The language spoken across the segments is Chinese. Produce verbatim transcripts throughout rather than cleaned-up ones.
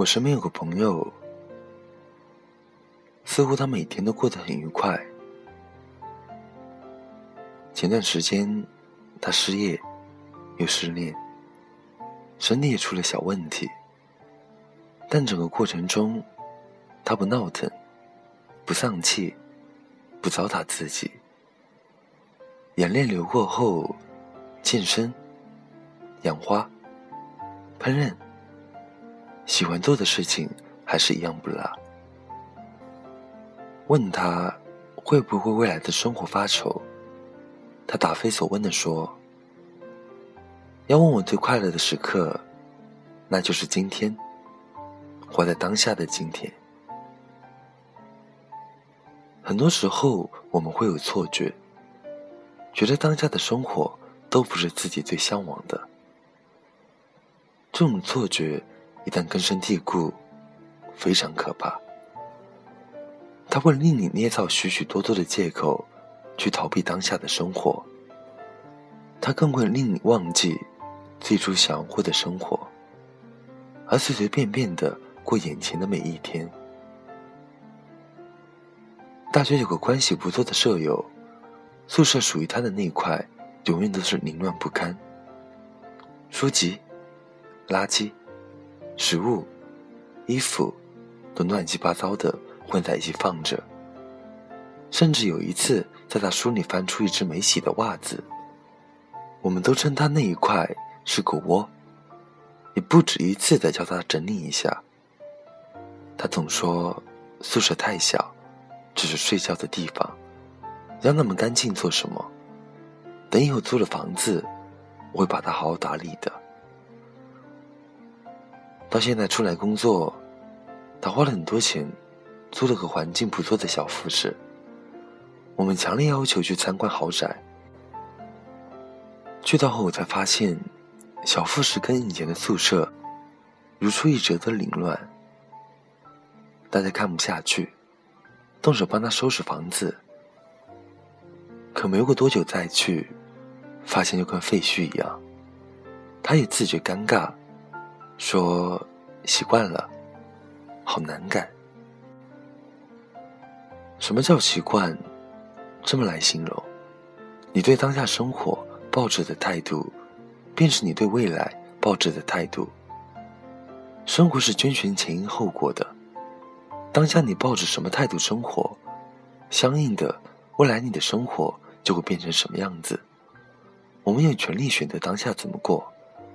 身边有个朋友，似乎他每天都过得很愉快。前段时间他失业又失恋，身体也出了小问题，但整个过程中他不闹腾，不丧气，不糟蹋自己。眼泪流过后，健身、养花、烹饪，喜欢做的事情还是一样不落。问他会不会未来的生活发愁，他答非所问地说，要问我最快乐的时刻，那就是今天，活在当下的今天。很多时候我们会有错觉，觉得当下的生活都不是自己最向往的。这种错觉一旦根深蒂固，非常可怕。它会令你捏造许许多多的借口去逃避当下的生活，它更会令你忘记最初想要过的生活，而随随便便地过眼前的每一天。大学有个关系不错的舍友，宿舍属于他的那块永远都是凌乱不堪，书籍、垃圾、食物、衣服都乱七八糟的混在一起放着。甚至有一次在他书里翻出一只没洗的袜子，我们都称他那一块是狗窝，也不止一次地叫他整理一下。他总说宿舍太小，只是睡觉的地方，要那么干净做什么？等以后租了房子，我会把它好好打理的。到现在出来工作，他花了很多钱租了个环境不错的小复式。我们强烈要求去参观豪宅，去到后我才发现，小复式跟以前的宿舍如出一辙的凌乱。大家看不下去，动手帮他收拾房子，可没过多久再去，发现又跟废墟一样。他也自觉尴尬，说习惯了，好难改。什么叫习惯？这么来形容，你对当下生活抱着的态度，便是你对未来抱着的态度。生活是遵循前因后果的，当下你抱着什么态度生活，相应的未来你的生活就会变成什么样子。我们有权利选择当下怎么过，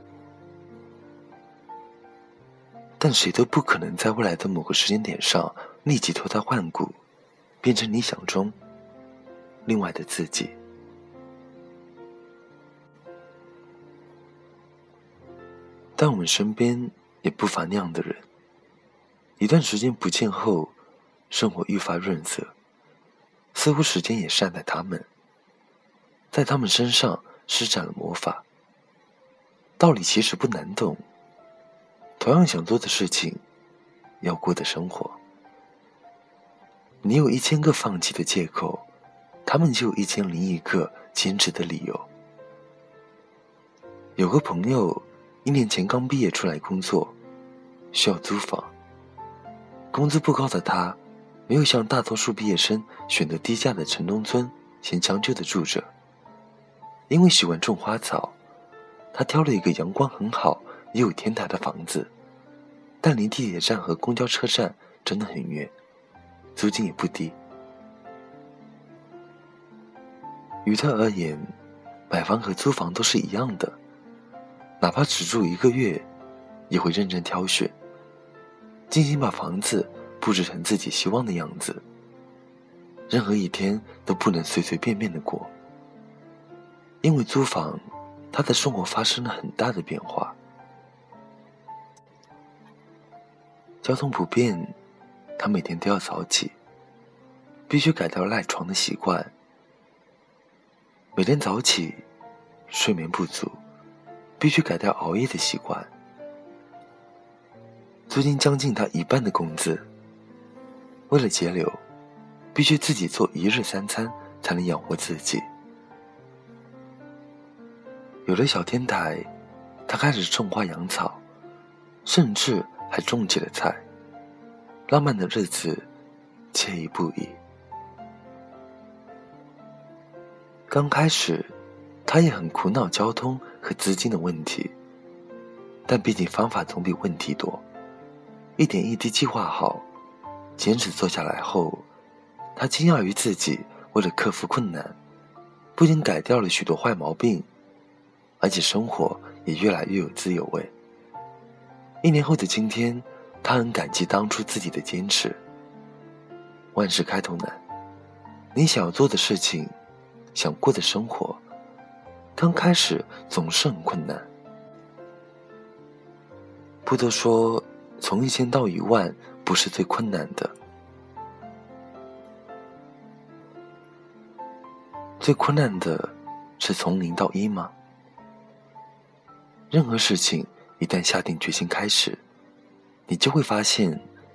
但谁都不可能在未来的某个时间点上立即脱胎换骨，变成理想中另外的自己。但我们身边也不乏那样的人，一段时间不见后，生活愈发润色，似乎时间也善待他们，在他们身上施展了魔法。道理其实不难懂，同样想做的事情，要过的生活，你有一千个放弃的借口，他们就有一千零一个坚持的理由。有个朋友一年前刚毕业出来工作，需要租房，工资不高的他没有像大多数毕业生选择低价的城中村先将就的住着。因为喜欢种花草，他挑了一个阳光很好也有天台的房子，但离地铁站和公交车站真的很远，租金也不低。于他而言，买房和租房都是一样的，哪怕只住一个月，也会认真挑选，精心把房子布置成自己希望的样子，任何一天都不能随随便便的过。因为租房，他的生活发生了很大的变化。交通不便，他每天都要早起，必须改掉赖床的习惯。每天早起，睡眠不足，必须改掉熬夜的习惯。租金将近他一半的工资，为了节流，必须自己做一日三餐才能养活自己。有了小天台，他开始种花养草，甚至还种起了菜，浪漫的日子惬意不已。刚开始他也很苦恼交通和资金的问题，但毕竟方法总比问题多，一点一滴计划好，坚持做下来后，他惊讶于自己为了克服困难，不仅改掉了许多坏毛病，而且生活也越来越有滋有味。一年后的今天，他很感激当初自己的坚持。万事开头难，你想要做的事情，想过的生活，刚开始总是很困难。不都说从一千到一万不是最困难的，最困难的是从零到一吗？任何事情一旦下定决心开始，你就会发现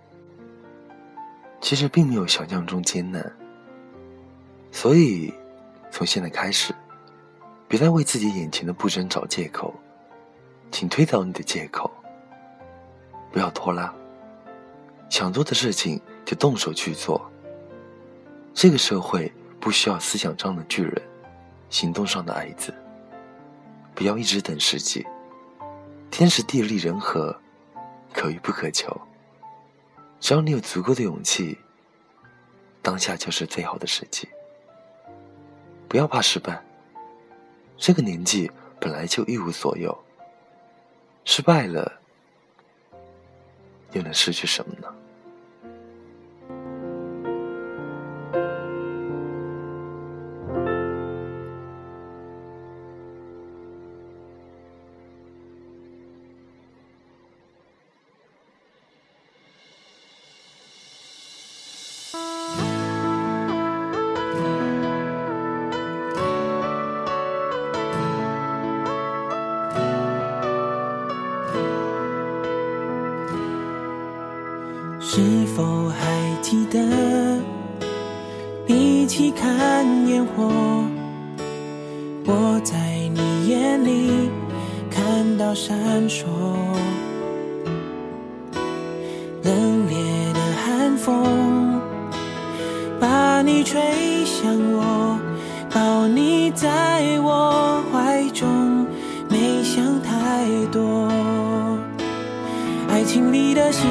其实并没有想象中艰难。所以从现在开始，别再为自己眼前的不争找借口，请推倒你的借口，不要拖拉，想做的事情就动手去做。这个社会不需要思想上的巨人，行动上的矮子，不要一直等时机，天时地利人和可遇不可求，只要你有足够的勇气，当下就是最好的时机。不要怕失败，这个年纪本来就一无所有，失败了又能失去什么呢？ 是否还记得一起看烟火，我在你眼里看到闪烁，冷冽的寒风把你吹向我，抱你在我怀中，没想太多，爱情里的心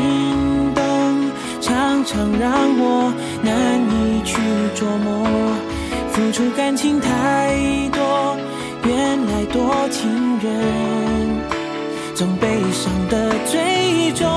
常常让我难以去琢磨，付出感情太多，原来多情人总悲伤的最终。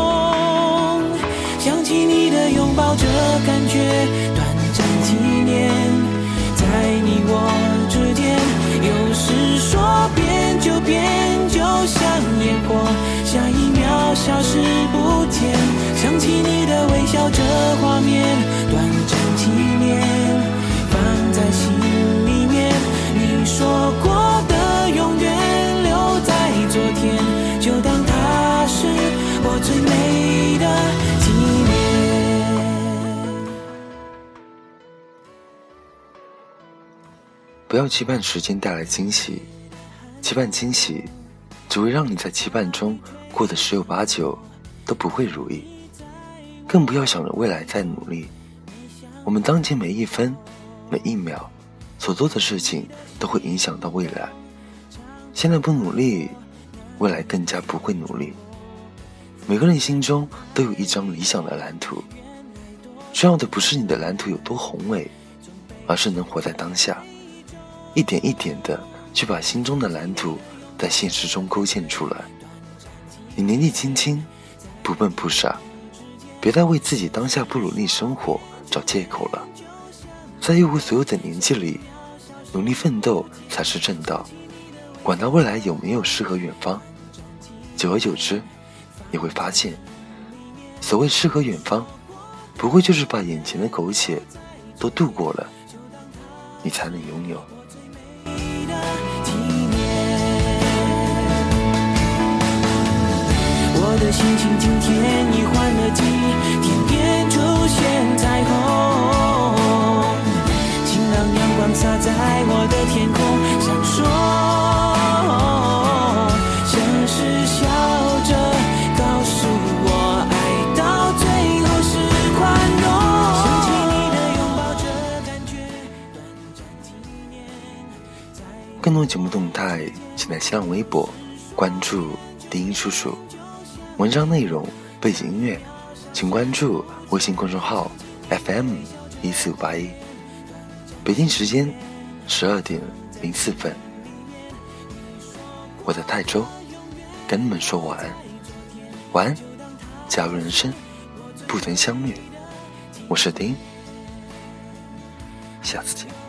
想起你的拥抱，这感觉短暂几年，在你我之间，有时说变就变，就像烟火，下一秒消失不见。想起你的微笑，这画面短暂几年，放在心里面。你说过的永远留在昨天，就当它是我最美的纪念。 不要期盼时间带来惊喜，期盼惊喜只会让你在期盼中过得十有八九都不会如意。更不要想着未来再努力，我们当前每一分每一秒所做的事情都会影响到未来。现在不努力，未来更加不会努力。每个人心中都有一张理想的蓝图，需要的不是你的蓝图有多宏伟，而是能活在当下，一点一点的去把心中的蓝图在现实中勾践出来。你年纪轻轻，不笨不傻，别再为自己当下不努力生活找借口了。在一无所有的年纪里，努力奋斗才是正道。管他未来有没有诗和远方，久而久之，你会发现，所谓诗和远方，不过就是把眼前的苟且都度过了，你才能拥有。 我的心情今天已换了季，天边出现彩虹，晴朗阳光洒在我的天空，闪烁，像是笑着告诉我更多节目动态，请在新浪微博关注丁一叔叔。文章内容、背景音乐，请关注微信公众号 F M 一四五八一。北京时间十二点零四分，我在泰州跟你们说晚安。晚安，假如人生不曾相遇，我是丁，下次见。